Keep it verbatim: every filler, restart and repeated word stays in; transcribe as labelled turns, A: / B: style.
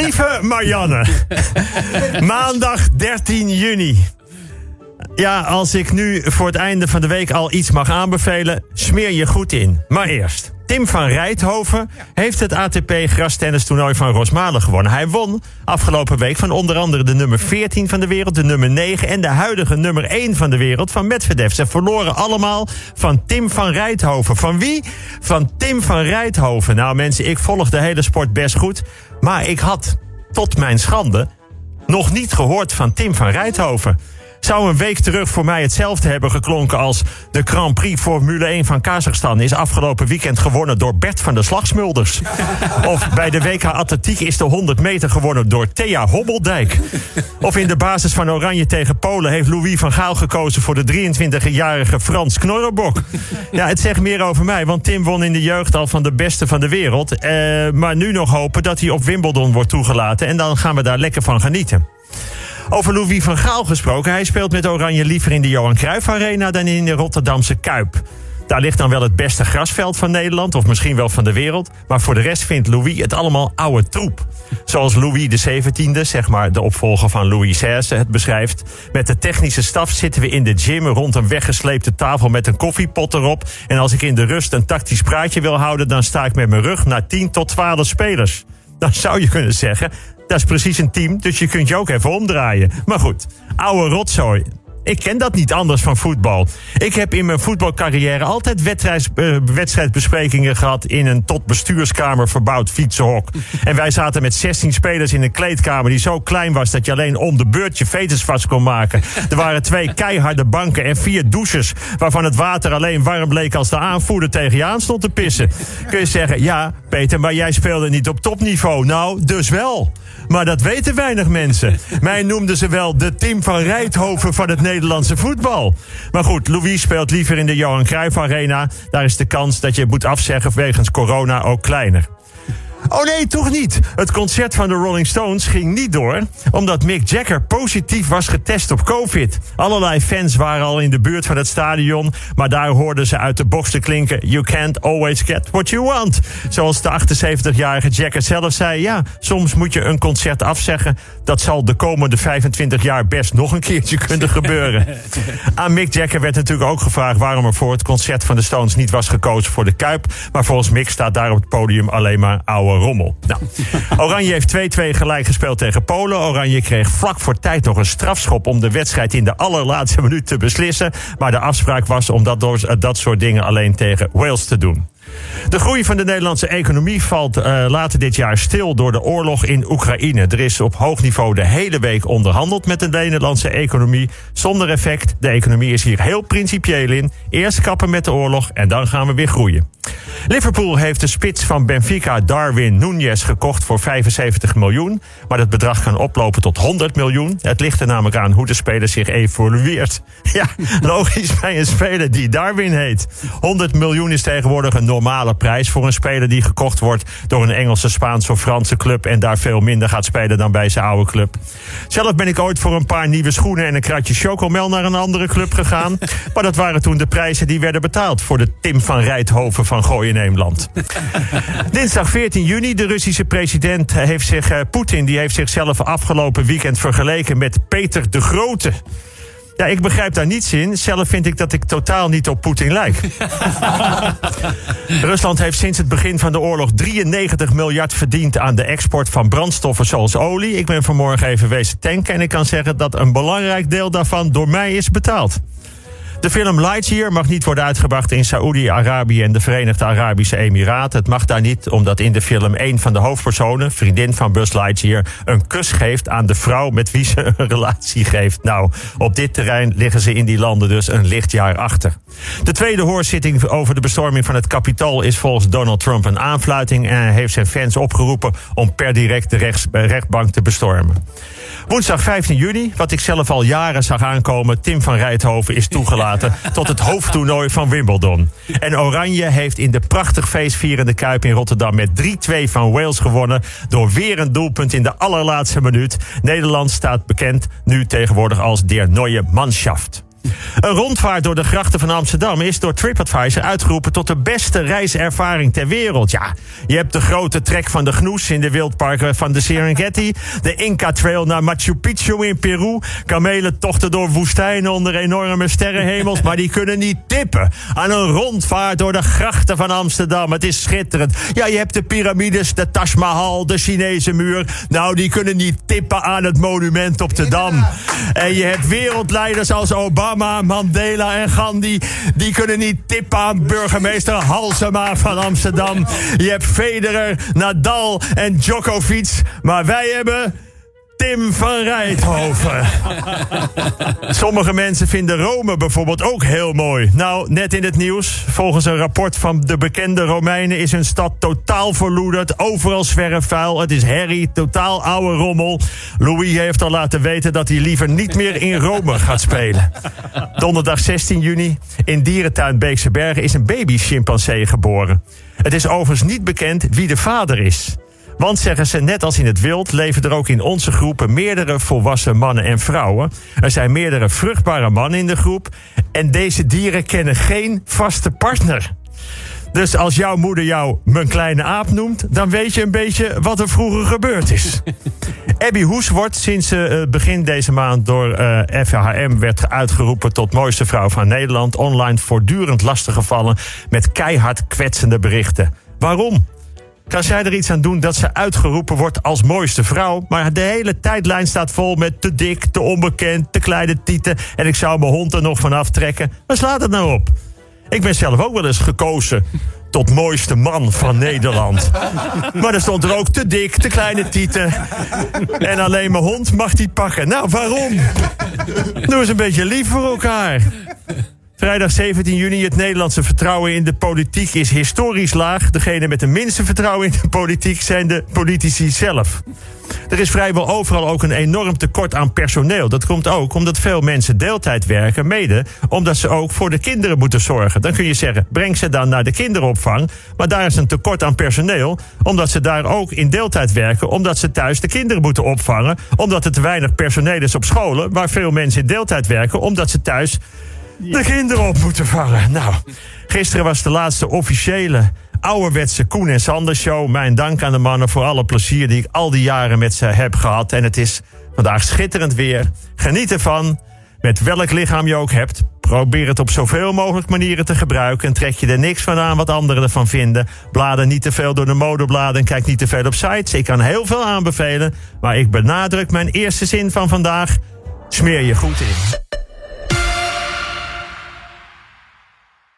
A: Lieve Marianne, maandag dertien juni. Ja, als ik nu voor het einde van de week al iets mag aanbevelen, smeer je goed in. Maar eerst, Tim van Rijthoven heeft het A T P grastennistoernooi van Rosmalen gewonnen. Hij won afgelopen week van onder andere de nummer veertien van de wereld, de nummer negen en de huidige nummer één van de wereld van Medvedev. Ze verloren allemaal van Tim van Rijthoven. Van wie? Van Tim van Rijthoven. Nou mensen, ik volg de hele sport best goed, maar ik had, tot mijn schande, nog niet gehoord van Tim van Rijthoven. Zou een week terug voor mij hetzelfde hebben geklonken als de Grand Prix Formule één van Kazachstan is afgelopen weekend gewonnen door Bert van de Slagsmulders. Of bij de W K Atletiek is de honderd meter gewonnen door Thea Hobbeldijk. Of in de basis van Oranje tegen Polen heeft Louis van Gaal gekozen voor de drieëntwintigjarige Frans Knorrenbok. Ja, het zegt meer over mij, want Tim won in de jeugd al van de beste van de wereld. Eh, maar nu nog hopen dat hij op Wimbledon wordt toegelaten en dan gaan we daar lekker van genieten. Over Louis van Gaal gesproken. Hij speelt met Oranje liever in de Johan Cruijff Arena dan in de Rotterdamse Kuip. Daar ligt dan wel het beste grasveld van Nederland, of misschien wel van de wereld. Maar voor de rest vindt Louis het allemaal oude troep. Zoals Louis de zeventiende, zeg maar de opvolger van Louis zesde, het beschrijft. Met de technische staf zitten we in de gym rond een weggesleepte tafel met een koffiepot erop. En als ik in de rust een tactisch praatje wil houden, dan sta ik met mijn rug naar tien tot twaalf spelers. Dan zou je kunnen zeggen, dat is precies een team, dus je kunt je ook even omdraaien. Maar goed, oude rotzooi. Ik ken dat niet anders van voetbal. Ik heb in mijn voetbalcarrière altijd wedstrijd, uh, wedstrijdbesprekingen gehad in een tot bestuurskamer verbouwd fietsenhok. En wij zaten met zestien spelers in een kleedkamer die zo klein was dat je alleen om de beurt je veters vast kon maken. Er waren twee keiharde banken en vier douches waarvan het water alleen warm bleek als de aanvoerder tegen je aan stond te pissen. Kun je zeggen, ja Peter, maar jij speelde niet op topniveau. Nou, dus wel. Maar dat weten weinig mensen. Mij noemden ze wel de Tim van Rijthoven van het Nederlandse voetbal. Maar goed, Louis speelt liever in de Johan Cruijff Arena. Daar is de kans dat je moet afzeggen wegens corona ook kleiner. Oh nee, toch niet. Het concert van de Rolling Stones ging niet door, omdat Mick Jagger positief was getest op COVID. Allerlei fans waren al in de buurt van het stadion, maar daar hoorden ze uit de box te klinken: You can't always get what you want. Zoals de achtenzeventigjarige Jagger zelf zei, ja, soms moet je een concert afzeggen. Dat zal de komende vijfentwintig jaar best nog een keertje kunnen gebeuren. Aan Mick Jagger werd natuurlijk ook gevraagd waarom er voor het concert van de Stones niet was gekozen voor de Kuip. Maar volgens Mick staat daar op het podium alleen maar oude rommel. Nou, Oranje heeft twee-twee gelijk gespeeld tegen Polen. Oranje kreeg vlak voor tijd nog een strafschop om de wedstrijd in de allerlaatste minuut te beslissen. Maar de afspraak was om dat, door, dat soort dingen alleen tegen Wales te doen. De groei van de Nederlandse economie valt uh, later dit jaar stil door de oorlog in Oekraïne. Er is op hoog niveau de hele week onderhandeld met de Nederlandse economie. Zonder effect. De economie is hier heel principieel in. Eerst kappen met de oorlog en dan gaan we weer groeien. Liverpool heeft de spits van Benfica, Darwin Núñez, gekocht voor vijfenzeventig miljoen. Maar dat bedrag kan oplopen tot honderd miljoen. Het ligt er namelijk aan hoe de speler zich evolueert. Ja, logisch bij een speler die Darwin heet. honderd miljoen is tegenwoordig een normale prijs voor een speler die gekocht wordt door een Engelse, Spaanse of Franse club en daar veel minder gaat spelen dan bij zijn oude club. Zelf ben ik ooit voor een paar nieuwe schoenen en een kratje chocomel naar een andere club gegaan. Maar dat waren toen de prijzen die werden betaald voor de Tim van Rijthoven van Gooi in Eemland. Dinsdag veertien juni, de Russische president heeft zich, uh, Poetin, die heeft zichzelf afgelopen weekend vergeleken met Peter de Grote. Ja, ik begrijp daar niets in. Zelf vind ik dat ik totaal niet op Poetin lijk. Rusland heeft sinds het begin van de oorlog drieënnegentig miljard verdiend aan de export van brandstoffen zoals olie. Ik ben vanmorgen even wezen tanken en ik kan zeggen dat een belangrijk deel daarvan door mij is betaald. De film Lightyear mag niet worden uitgebracht in Saoedi-Arabië en de Verenigde Arabische Emiraten. Het mag daar niet omdat in de film een van de hoofdpersonen, vriendin van Buzz Lightyear, een kus geeft aan de vrouw met wie ze een relatie geeft. Nou, op dit terrein liggen ze in die landen dus een lichtjaar achter. De tweede hoorzitting over de bestorming van het Capitool is volgens Donald Trump een aanfluiting en hij heeft zijn fans opgeroepen om per direct de rechts, rechtbank te bestormen. Woensdag vijftien juni, wat ik zelf al jaren zag aankomen, Tim van Rijthoven is toegelaten tot het hoofdtoernooi van Wimbledon. En Oranje heeft in de prachtig feestvierende Kuip in Rotterdam met drie-twee van Wales gewonnen door weer een doelpunt in de allerlaatste minuut. Nederland staat bekend nu tegenwoordig als der neue Mannschaft. Een rondvaart door de grachten van Amsterdam is door TripAdvisor uitgeroepen tot de beste reiservaring ter wereld. Ja, je hebt de grote trek van de Gnoes in de wildparken van de Serengeti, de Inca Trail naar Machu Picchu in Peru, kamelentochten door woestijnen onder enorme sterrenhemels, maar die kunnen niet tippen aan een rondvaart door de grachten van Amsterdam. Het is schitterend. Ja, je hebt de piramides, de Taj Mahal, de Chinese muur. Nou, die kunnen niet tippen aan het monument op de Dam. En je hebt wereldleiders als Obama, Mandela en Gandhi. Die kunnen niet tippen aan burgemeester Halsema van Amsterdam. Je hebt Federer, Nadal en Djokovic. Maar wij hebben Tim van Rijthoven. Sommige mensen vinden Rome bijvoorbeeld ook heel mooi. Nou, net in het nieuws. Volgens een rapport van de bekende Romeinen is hun stad totaal verloederd. Overal zwerfvuil. Het is herrie, totaal oude rommel. Louis heeft al laten weten dat hij liever niet meer in Rome gaat spelen. Donderdag zestien juni in dierentuin Beekse Bergen is een baby-chimpansee geboren. Het is overigens niet bekend wie de vader is. Want, zeggen ze, net als in het wild leven er ook in onze groepen meerdere volwassen mannen en vrouwen. Er zijn meerdere vruchtbare mannen in de groep. En deze dieren kennen geen vaste partner. Dus als jouw moeder jou mijn kleine aap noemt, dan weet je een beetje wat er vroeger gebeurd is. Abby Hoes wordt sinds uh, begin deze maand door uh, F H M werd uitgeroepen tot mooiste vrouw van Nederland. Online voortdurend lastiggevallen met keihard kwetsende berichten. Waarom? Kan zij er iets aan doen dat ze uitgeroepen wordt als mooiste vrouw? Maar de hele tijdlijn staat vol met te dik, te onbekend, te kleine tieten. En ik zou mijn hond er nog van aftrekken. Waar slaat het nou op? Ik ben zelf ook wel eens gekozen tot mooiste man van Nederland. Maar er stond er ook te dik, te kleine tieten. En alleen mijn hond mag die pakken. Nou, waarom? Doe eens een beetje lief voor elkaar. Vrijdag zeventien juni, het Nederlandse vertrouwen in de politiek is historisch laag. Degene met de minste vertrouwen in de politiek zijn de politici zelf. Er is vrijwel overal ook een enorm tekort aan personeel. Dat komt ook omdat veel mensen deeltijd werken, mede omdat ze ook voor de kinderen moeten zorgen. Dan kun je zeggen, breng ze dan naar de kinderopvang. Maar daar is een tekort aan personeel, omdat ze daar ook in deeltijd werken, omdat ze thuis de kinderen moeten opvangen, omdat er te weinig personeel is op scholen, waar veel mensen in deeltijd werken, omdat ze thuis de kinderen op moeten vangen. Nou, gisteren was de laatste officiële ouderwetse Koen en Sander show. Mijn dank aan de mannen voor alle plezier die ik al die jaren met ze heb gehad. En het is vandaag schitterend weer. Geniet ervan. Met welk lichaam je ook hebt. Probeer het op zoveel mogelijk manieren te gebruiken. En trek je er niks van aan wat anderen ervan vinden. Blader niet te veel door de modebladen. En kijk niet te veel op sites. Ik kan heel veel aanbevelen. Maar ik benadruk mijn eerste zin van vandaag. Smeer je goed in.